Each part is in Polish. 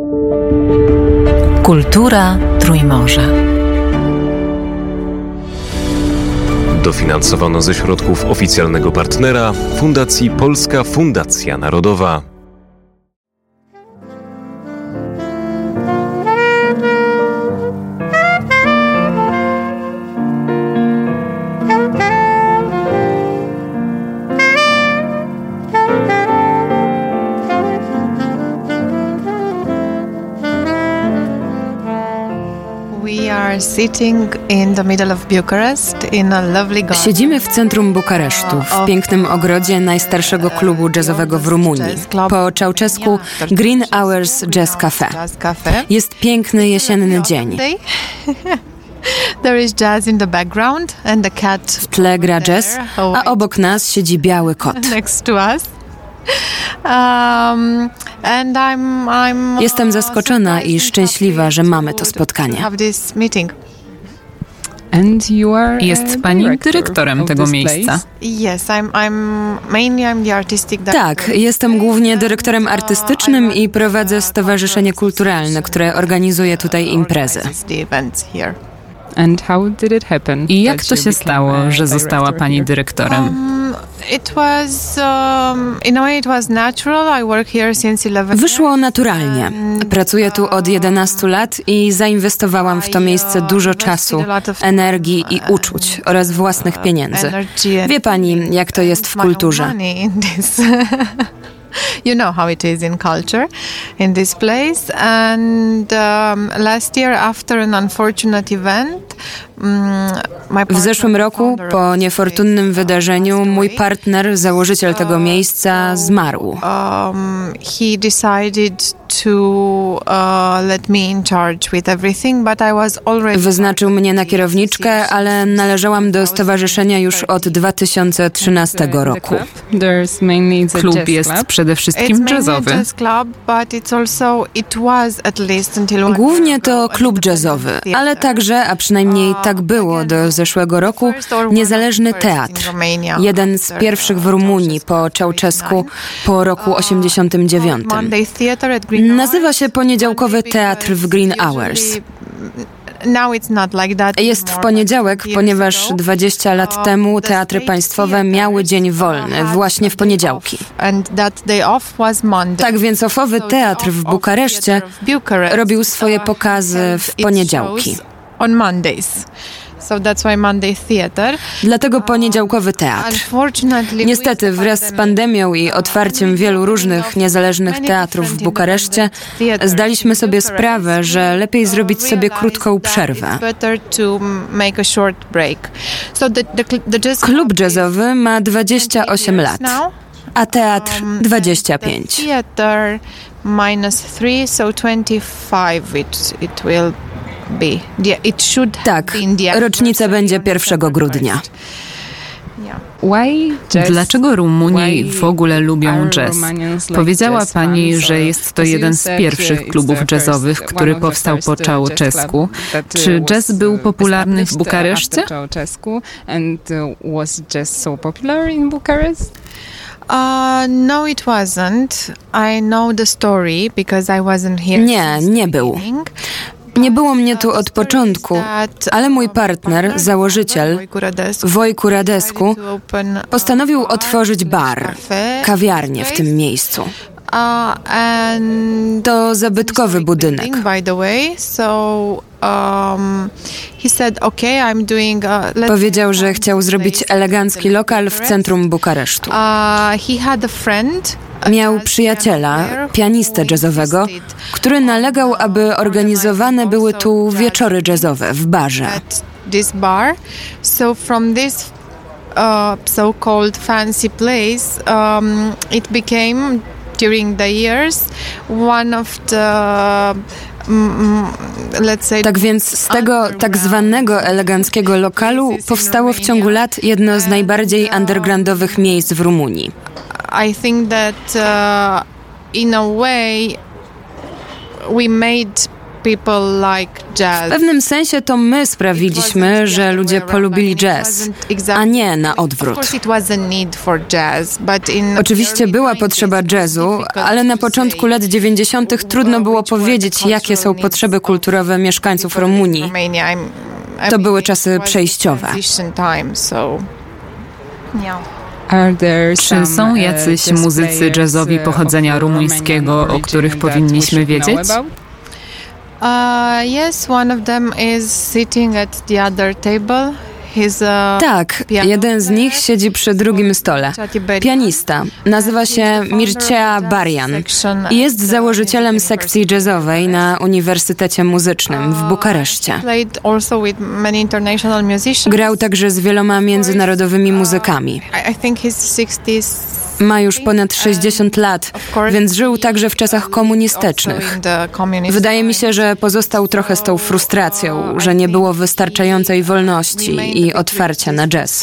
Kultura Trójmorza. Dofinansowano ze środków oficjalnego partnera Fundacji Polska Fundacja Narodowa. Siedzimy w centrum Bukaresztu, w pięknym ogrodzie najstarszego klubu jazzowego w Rumunii, po Ceausescu Green Hours Jazz Cafe. Jest piękny jesienny dzień. W tle gra jazz, a obok nas siedzi biały kot. Jestem zaskoczona i szczęśliwa, że mamy to spotkanie. Jest pani dyrektorem tego miejsca. Tak, jestem głównie dyrektorem artystycznym i prowadzę stowarzyszenie kulturalne, które organizuje tutaj imprezy. I jak to się stało, że została pani dyrektorem? Wyszło naturalnie. Pracuję tu od 11 lat i zainwestowałam w to miejsce dużo czasu, energii i uczuć oraz własnych pieniędzy. Wie pani, jak to jest w kulturze. You know how it is in culture in this place. And last year, after an unfortunate event, w zeszłym roku, po niefortunnym wydarzeniu, mój partner, założyciel tego miejsca, zmarł. He decided to let me in charge with everything, but I was already... Wyznaczył mnie na kierowniczkę, ale należałam do stowarzyszenia już od 2013 roku. Klub jest przede wszystkim jazzowy. Głównie to klub jazzowy, ale także, a przynajmniej tak było do zeszłego roku, niezależny teatr. Jeden z pierwszych w Rumunii po Ceausescu, po roku 89. Nazywa się Poniedziałkowy Teatr w Green Hours. Jest w poniedziałek, ponieważ 20 lat temu teatry państwowe miały dzień wolny, właśnie w poniedziałki. Tak więc offowy teatr w Bukareszcie robił swoje pokazy w poniedziałki. So that's why Monday Theatre. Dlatego poniedziałkowy teatr. Niestety wraz z pandemią i otwarciem wielu różnych niezależnych teatrów w Bukareszcie zdaliśmy sobie sprawę, że lepiej zrobić sobie krótką przerwę. Klub jazzowy ma 28 lat, a teatr 25. Tak, rocznica będzie 1 grudnia. Dlaczego Rumuni w ogóle lubią jazz? Powiedziała pani, że jest to jeden z pierwszych klubów jazzowych, który powstał po Ceausescu. Czy jazz był popularny w Bukareszcie? No, it wasn't. I know the story because I wasn't here. Nie był. Nie było mnie tu od początku, ale mój partner, założyciel, Wojku Radescu, postanowił otworzyć bar, kawiarnię w tym miejscu. To zabytkowy budynek. Powiedział, że chciał zrobić elegancki lokal w centrum Bukaresztu. Miał przyjaciela, pianistę jazzowego, który nalegał, aby organizowane były tu wieczory jazzowe w barze. So-called fancy place, it became during the years one of the Tak więc z tego tak zwanego eleganckiego lokalu powstało w ciągu lat jedno z najbardziej undergroundowych miejsc w Rumunii. I think that in a way we made W pewnym sensie to my sprawiliśmy, że ludzie polubili jazz, a nie na odwrót. Oczywiście była potrzeba jazzu, ale na początku lat 90. trudno było powiedzieć, jakie są potrzeby kulturowe mieszkańców Rumunii. To były czasy przejściowe. Czy są jacyś muzycy jazzowi pochodzenia rumuńskiego, o których powinniśmy wiedzieć? Yes, one of them is sitting at the other table. Tak, jeden z nich siedzi przy drugim stole. Pianista. Nazywa się Mircea Barian i jest założycielem sekcji jazzowej na Uniwersytecie Muzycznym w Bukareszcie. Grał także z wieloma międzynarodowymi muzykami. Ma już ponad 60 lat, więc żył także w czasach komunistycznych. Wydaje mi się, że pozostał trochę z tą frustracją, że nie było wystarczającej wolności i otwarcia na jazz.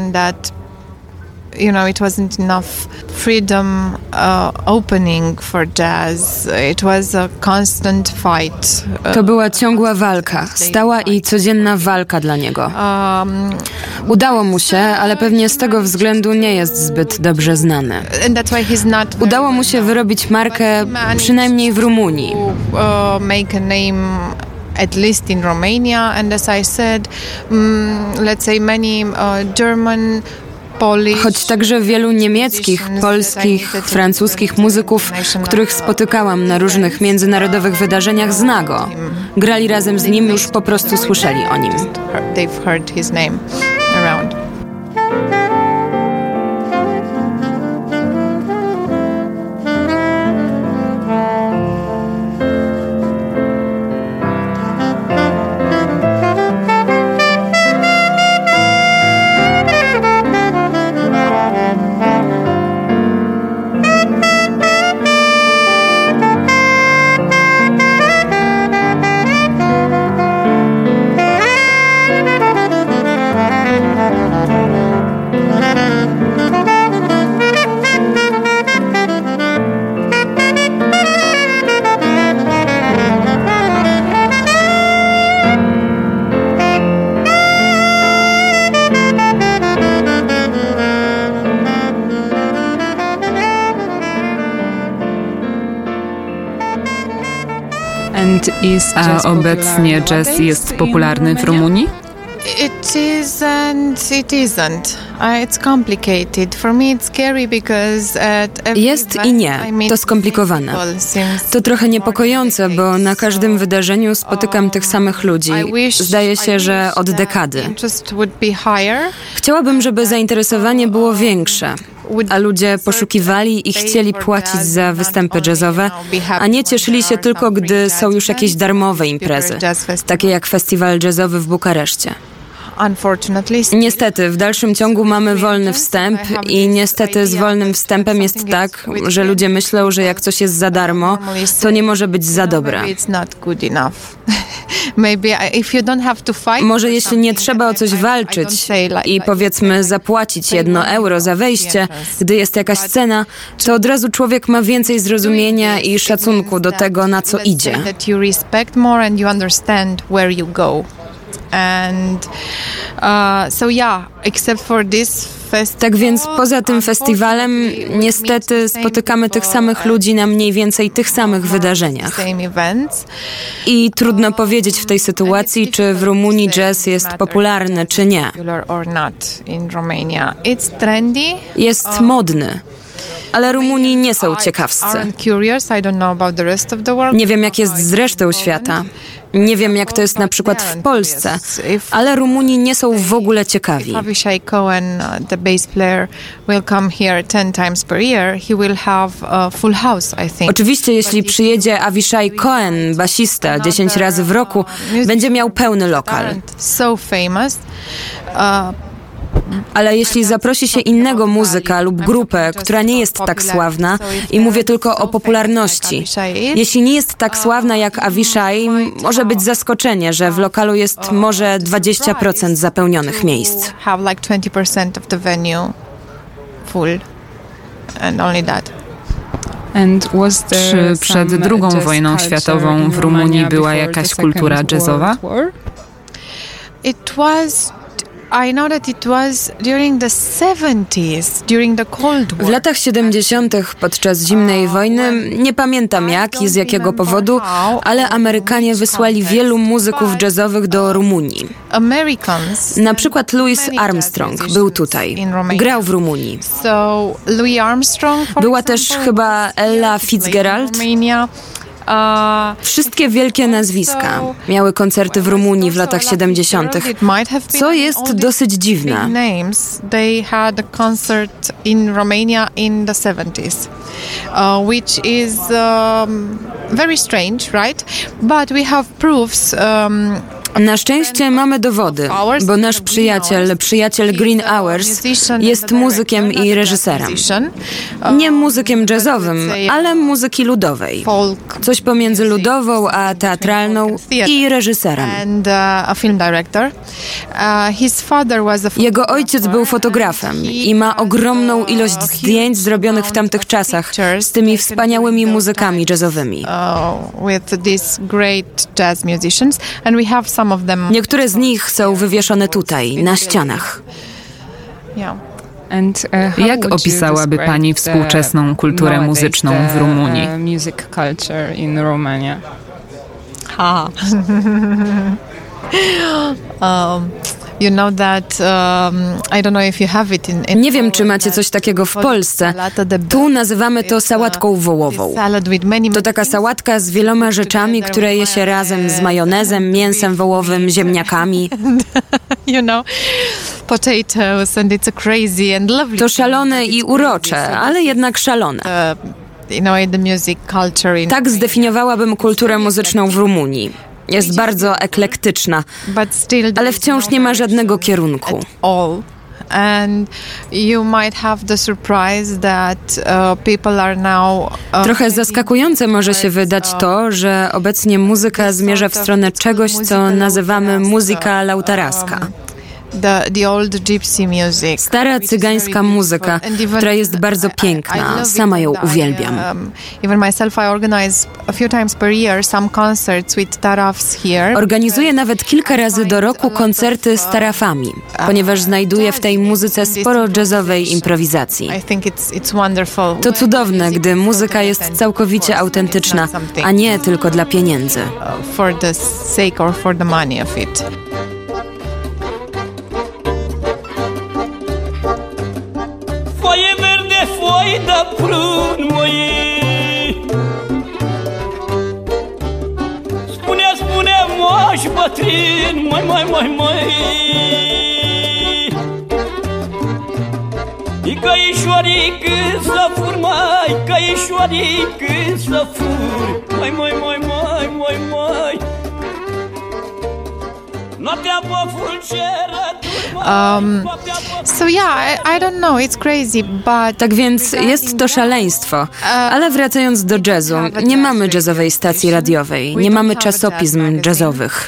It wasn't enough freedom opening for jazz. It was a constant fight. To była ciągła walka, stała i codzienna walka dla niego. Udało mu się, ale pewnie z tego względu nie jest zbyt dobrze znany. Udało mu się wyrobić markę, przynajmniej w Rumunii. Make a name at least in Romania, and as I said, let's say many German, choć także wielu niemieckich, polskich, francuskich muzyków, których spotykałam na różnych międzynarodowych wydarzeniach, zna go. Grali razem z nim, już po prostu słyszeli o nim. They've heard his name around. A obecnie jazz jest popularny w Rumunii? It is and it isn't. It's complicated. For me it's scary because jest i nie. To skomplikowane. To trochę niepokojące, bo na każdym wydarzeniu spotykam tych samych ludzi. Zdaje się, że od dekady. Chciałabym, żeby zainteresowanie było większe, a ludzie poszukiwali i chcieli płacić za występy jazzowe, a nie cieszyli się tylko, gdy są już jakieś darmowe imprezy, takie jak festiwal jazzowy w Bukareszcie. Niestety, w dalszym ciągu mamy wolny wstęp i niestety z wolnym wstępem jest tak, że ludzie myślą, że jak coś jest za darmo, to nie może być za dobre. Może jeśli nie trzeba o coś walczyć i powiedzmy zapłacić 1 euro za wejście, gdy jest jakaś cena, to od razu człowiek ma więcej zrozumienia i szacunku do tego, na co idzie. Tak więc poza tym festiwalem niestety spotykamy tych samych ludzi na mniej więcej tych samych wydarzeniach. I trudno powiedzieć w tej sytuacji, czy w Rumunii jazz jest popularny, czy nie. Jest modny. Ale Rumuni nie są ciekawscy. Nie wiem, jak jest z resztą świata. Nie wiem, jak to jest na przykład w Polsce, ale Rumuni nie są w ogóle ciekawi. Avishai Cohen, the bass player, will come here 10 times per year. He will have a full house, I think. Oczywiście, jeśli przyjedzie Avishai Cohen, basista, 10 razy w roku, będzie miał pełny lokal. So famous. Ale jeśli zaprosi się innego muzyka lub grupę, która nie jest tak sławna, i mówię tylko o popularności, jeśli nie jest tak sławna jak Avishai, może być zaskoczenie, że w lokalu jest może 20% zapełnionych miejsc. Czy przed II wojną światową w Rumunii była jakaś kultura jazzowa? I know that it was during the 70s, during the Cold War. W latach 70. podczas zimnej wojny, nie pamiętam jak i z jakiego powodu, ale Amerykanie wysłali wielu muzyków jazzowych do Rumunii. Na przykład Louis Armstrong był tutaj, grał w Rumunii. Była też chyba Ella Fitzgerald. Wszystkie wielkie nazwiska miały koncerty w Rumunii w latach 70., co jest dosyć dziwne. They had a concert in Romania in the 70s, which is very strange, right? But we have proofs. Na szczęście mamy dowody, bo nasz przyjaciel Green Hours jest muzykiem i reżyserem. Nie muzykiem jazzowym, ale muzyki ludowej. Coś pomiędzy ludową a teatralną i reżyserem. Jego ojciec był fotografem i ma ogromną ilość zdjęć zrobionych w tamtych czasach z tymi wspaniałymi muzykami jazzowymi. Niektóre z nich są wywieszone tutaj, na ścianach. Jak opisałaby Pani współczesną kulturę muzyczną w Rumunii? Nie wiem, czy macie coś takiego w Polsce. Tu nazywamy to sałatką wołową. To taka sałatka z wieloma rzeczami, które je się razem z majonezem, mięsem wołowym, ziemniakami. To szalone i urocze, ale jednak szalone. Tak zdefiniowałabym kulturę muzyczną w Rumunii. Jest bardzo eklektyczna, ale wciąż nie ma żadnego kierunku. Trochę zaskakujące może się wydać to, że obecnie muzyka zmierza w stronę czegoś, co nazywamy muzyka lautaraska. Stara cygańska muzyka, która jest bardzo piękna. Sama ją uwielbiam. Organizuję nawet kilka razy do roku koncerty z tarafami, ponieważ znajduję w tej muzyce sporo jazzowej improwizacji. To cudowne, gdy muzyka jest całkowicie autentyczna, a nie tylko dla pieniędzy. Foaie de prun, măi. Spune, moș bătrân, măi. Icăișoarică să fur, mai, căișoarică să fur, măi. Noaptea pe fulgeră. I don't know, it's crazy, but... Tak więc jest to szaleństwo. Ale wracając do jazzu, nie mamy jazzowej stacji radiowej, nie mamy czasopism jazzowych.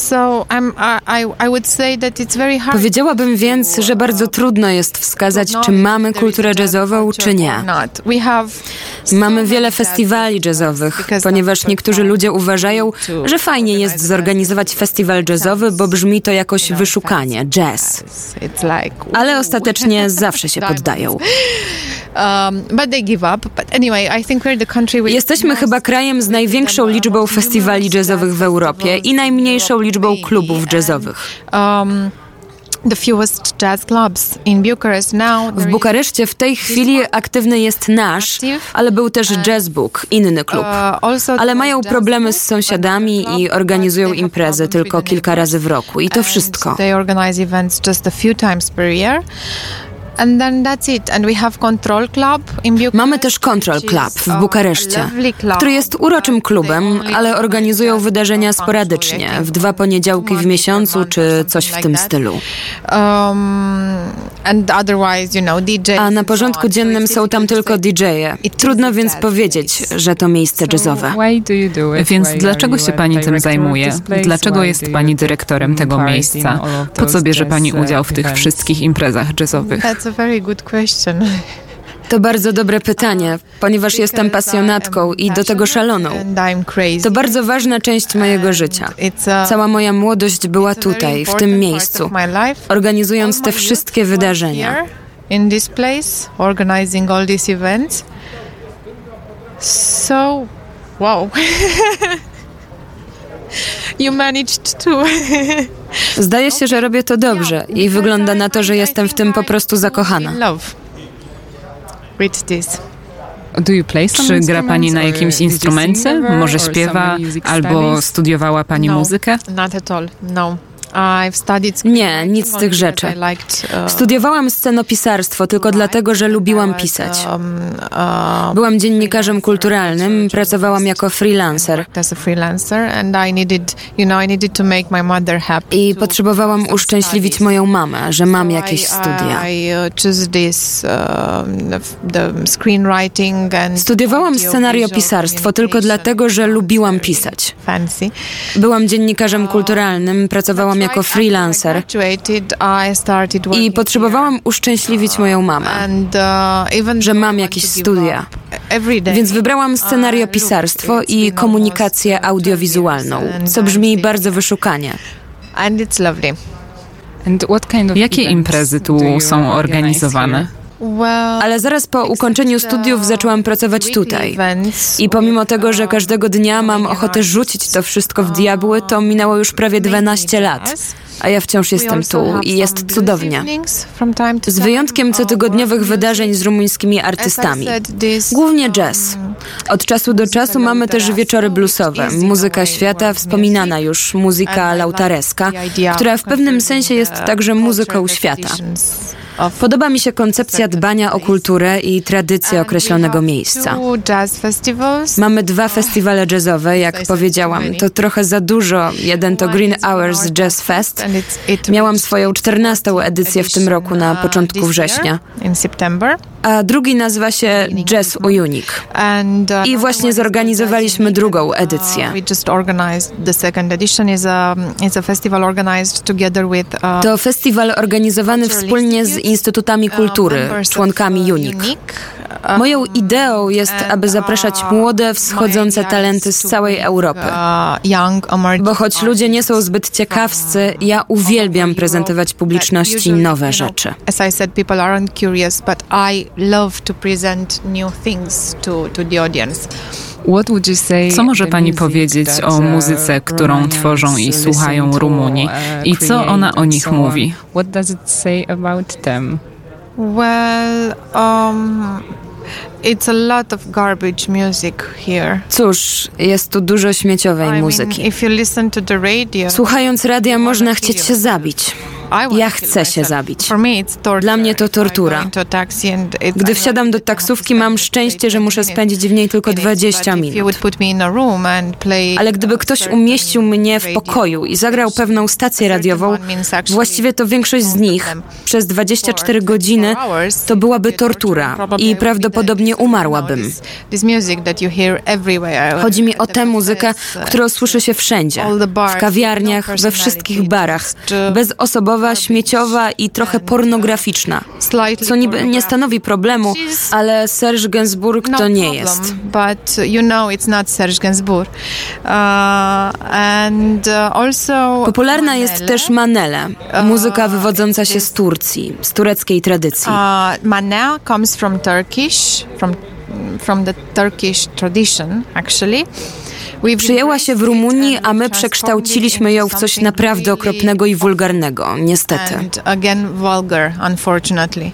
Powiedziałabym więc, że bardzo trudno jest wskazać, czy mamy kulturę jazzową, czy nie. Mamy wiele festiwali jazzowych, ponieważ niektórzy ludzie uważają, że fajnie jest zorganizować festiwal jazzowy, bo brzmi to jakoś wyszukanie, jazz. Ale ostatecznie zawsze się poddają. Jesteśmy chyba krajem z największą liczbą festiwali jazzowych w Europie i najmniejszą liczbą klubów jazzowych. W Bukareszcie w tej chwili aktywny jest nasz, ale był też Jazzbook, inny klub. Ale mają problemy z sąsiadami i organizują imprezy tylko kilka razy w roku. I to wszystko. Mamy też Control Club w Bukareszcie, który jest uroczym klubem, ale organizują wydarzenia sporadycznie, w 2 poniedziałki w miesiącu, czy coś w tym stylu. A na porządku dziennym są tam tylko DJ-e. Trudno więc powiedzieć, że to miejsce jazzowe. Więc dlaczego się Pani tym zajmuje? Dlaczego jest Pani dyrektorem tego miejsca? Po co bierze Pani udział w tych wszystkich imprezach jazzowych? That's a very good question. To bardzo dobre pytanie, ponieważ jestem pasjonatką i do tego szaloną. To bardzo ważna część mojego życia. Cała moja młodość była tutaj, w tym miejscu, organizując te wszystkie wydarzenia. In this place, organizing all these events. So, wow. You managed to. Zdaje się, że robię to dobrze i wygląda na to, że jestem w tym po prostu zakochana. Czy gra pani na jakimś instrumencie? Może śpiewa? Albo studiowała pani muzykę? Not at all, no. Nie, nic z tych rzeczy. Studiowałam scenopisarstwo tylko dlatego, że lubiłam pisać. Byłam dziennikarzem kulturalnym, pracowałam jako freelancer. I potrzebowałam uszczęśliwić moją mamę, że mam jakieś studia. Studiowałam scenariopisarstwo tylko dlatego, że lubiłam pisać. Byłam dziennikarzem kulturalnym, pracowałam jako freelancer i potrzebowałam uszczęśliwić moją mamę, że mam jakieś studia. Więc wybrałam scenariopisarstwo i komunikację audiowizualną, co brzmi bardzo wyszukanie. Jakie imprezy tu są organizowane? Ale zaraz po ukończeniu studiów zaczęłam pracować tutaj. I pomimo tego, że każdego dnia mam ochotę rzucić to wszystko w diabły, to minęło już prawie 12 lat. A ja wciąż jestem tu i jest cudownie. Z wyjątkiem cotygodniowych wydarzeń z rumuńskimi artystami. Głównie jazz. Od czasu do czasu mamy też wieczory bluesowe. Muzyka świata, wspominana już muzyka lautareska, która w pewnym sensie jest także muzyką świata. Podoba mi się koncepcja dbania o kulturę i tradycję określonego miejsca. Mamy 2 festiwale jazzowe, jak powiedziałam. To trochę za dużo. Jeden to Green Hours Jazz Fest. Miałam swoją 14. edycję w tym roku na początku września. A drugi nazywa się Jazz Unik. I właśnie zorganizowaliśmy drugą edycję. To festiwal organizowany wspólnie z Instytutami Kultury, członkami UNIK. Moją ideą jest, aby zapraszać młode, wschodzące talenty z całej Europy. Bo choć ludzie nie są zbyt ciekawscy, ja uwielbiam prezentować publiczności nowe rzeczy. As I said, people aren't curious, but I love to present new things to the audience. Co może pani powiedzieć o muzyce, którą tworzą i słuchają Rumuni? I co ona o nich mówi? Well, it's a lot of garbage music here. Cóż, jest tu dużo śmieciowej muzyki. Słuchając radia można chcieć się zabić. Ja chcę się zabić. Dla mnie to tortura. Gdy wsiadam do taksówki, mam szczęście, że muszę spędzić w niej tylko 20 minut. Ale gdyby ktoś umieścił mnie w pokoju i zagrał pewną stację radiową, właściwie to większość z nich przez 24 godziny to byłaby tortura i prawdopodobnie umarłabym. Chodzi mi o tę muzykę, którą słyszy się wszędzie. W kawiarniach, we wszystkich barach. Bezosobowa, śmieciowa i trochę pornograficzna. Co niby nie stanowi problemu, ale Serge Gainsbourg to nie jest. Popularna jest też manele, muzyka wywodząca się z Turcji, z tureckiej tradycji. Manele comes from Turkish, from the Turkish tradition, actually. Przyjęła się w Rumunii, a my przekształciliśmy ją w coś naprawdę okropnego i wulgarnego, niestety. And again, vulgar, unfortunately.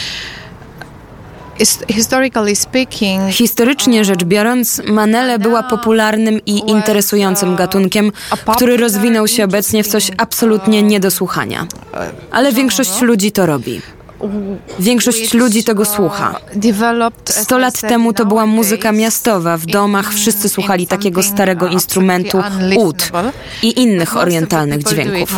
Historycznie rzecz biorąc, manele była popularnym i interesującym gatunkiem, który rozwinął się obecnie w coś absolutnie nie do słuchania. Ale większość ludzi to robi. Większość ludzi tego słucha. 100 lat temu to była muzyka miastowa. W domach wszyscy słuchali takiego starego instrumentu ud i innych orientalnych dźwięków.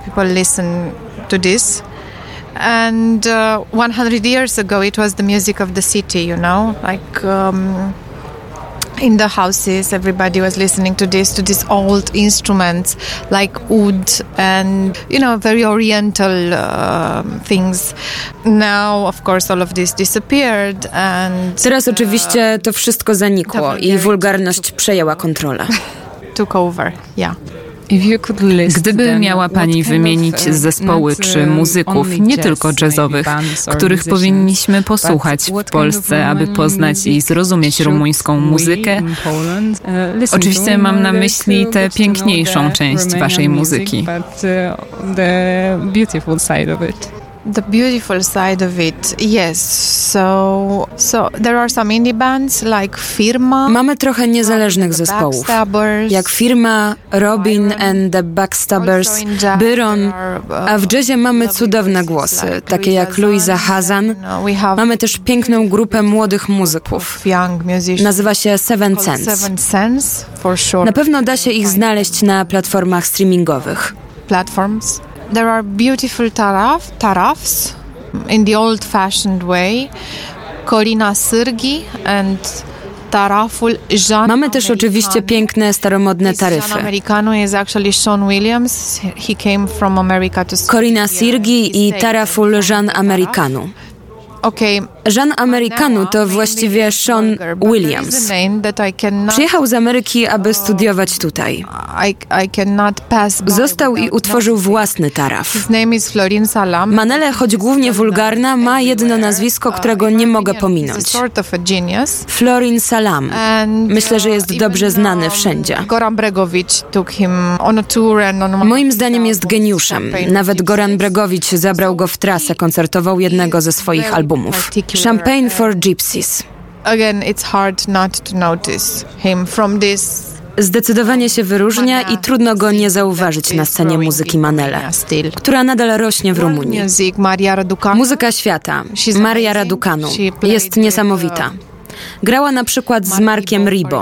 And 100 years ago it was the music of the city, you know, like In the houses, everybody was listening to these old instruments like oud and, very oriental things. Now, of course, all of this disappeared and... Teraz oczywiście to wszystko zanikło i wulgarność przejęła kontrolę. Took over, yeah. Gdyby miała Pani wymienić zespoły czy muzyków, nie tylko jazzowych, których powinniśmy posłuchać w Polsce, aby poznać i zrozumieć rumuńską muzykę, oczywiście mam na myśli tę piękniejszą część Waszej muzyki. The beautiful side of it, yes. So there are some indie bands like Firma. Mamy trochę niezależnych zespołów, jak Firma, Robin and the Backstabbers, Byron, a w jazzie mamy cudowne głosy, takie jak Louisa Hazan. Mamy też piękną grupę młodych muzyków. Nazywa się Seven Sense. Na pewno da się ich znaleźć na platformach streamingowych. There are beautiful tarafs in the old-fashioned way. Corina Syrgi and taraful Jean. Mamy też oczywiście piękne, staromodne taryfy. Jean Americano is actually Sean Williams. He came from America to Corina Syrgi i taraful Jean Americano. Jean Americano to właściwie Sean Williams. Przyjechał z Ameryki, aby studiować tutaj. Został i utworzył własny taraf. Manele, choć głównie wulgarna, ma jedno nazwisko, którego nie mogę pominąć. Florin Salam. Myślę, że jest dobrze znany wszędzie. Moim zdaniem jest geniuszem. Nawet Goran Bregović zabrał go w trasę koncertową jednego ze swoich albumów. Champagne for Gypsies. Again, it's hard not to notice him from this. Zdecydowanie się wyróżnia i trudno go nie zauważyć na scenie muzyki Manele, która nadal rośnie w Rumunii. Muzyka świata, Maria Raducanu, jest niesamowita. Grała na przykład z Markiem Ribot.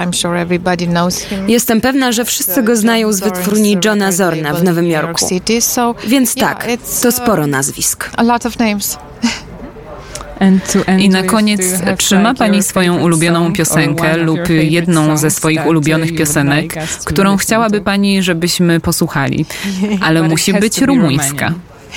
Jestem pewna, że wszyscy go znają z wytwórni Johna Zorna w Nowym Jorku. Więc tak, to sporo nazwisk. I na koniec, czy ma Pani swoją ulubioną piosenkę lub jedną ze swoich ulubionych piosenek, którą chciałaby Pani, żebyśmy posłuchali, ale musi być rumuńska?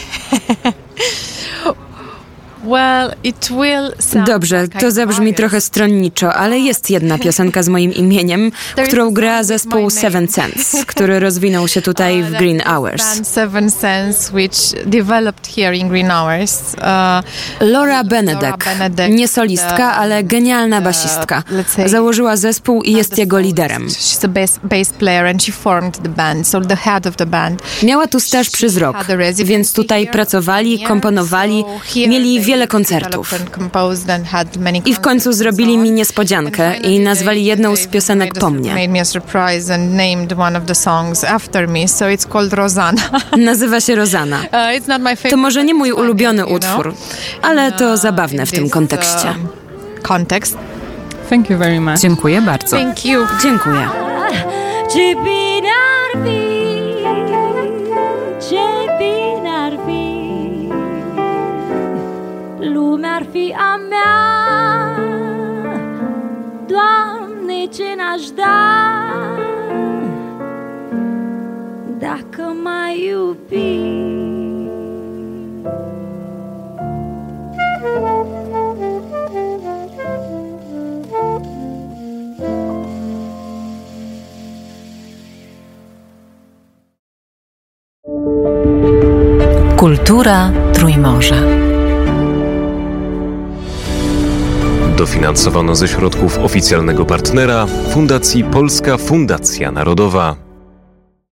Dobrze, to zabrzmi trochę stronniczo, ale jest jedna piosenka z moim imieniem, którą gra zespół Seven Sense, który rozwinął się tutaj w Green Hours. Laura Benedek, nie solistka, ale genialna basistka. Założyła zespół i jest jego liderem. Miała tu staż przez rok, więc tutaj pracowali, komponowali, mieli wiele koncertów. I w końcu zrobili mi niespodziankę i nazwali jedną z piosenek po mnie. Nazywa się Rosanna. To może nie mój ulubiony utwór, ale to zabawne w tym kontekście. Thank you very much. Dziękuję bardzo. Thank you. Dziękuję. Lumea-ar fi a mea, Doamne, ce n-aș da dacă m-ai iubi. Kultura Trójmorza. Dofinansowano ze środków oficjalnego partnera Fundacji Polska Fundacja Narodowa.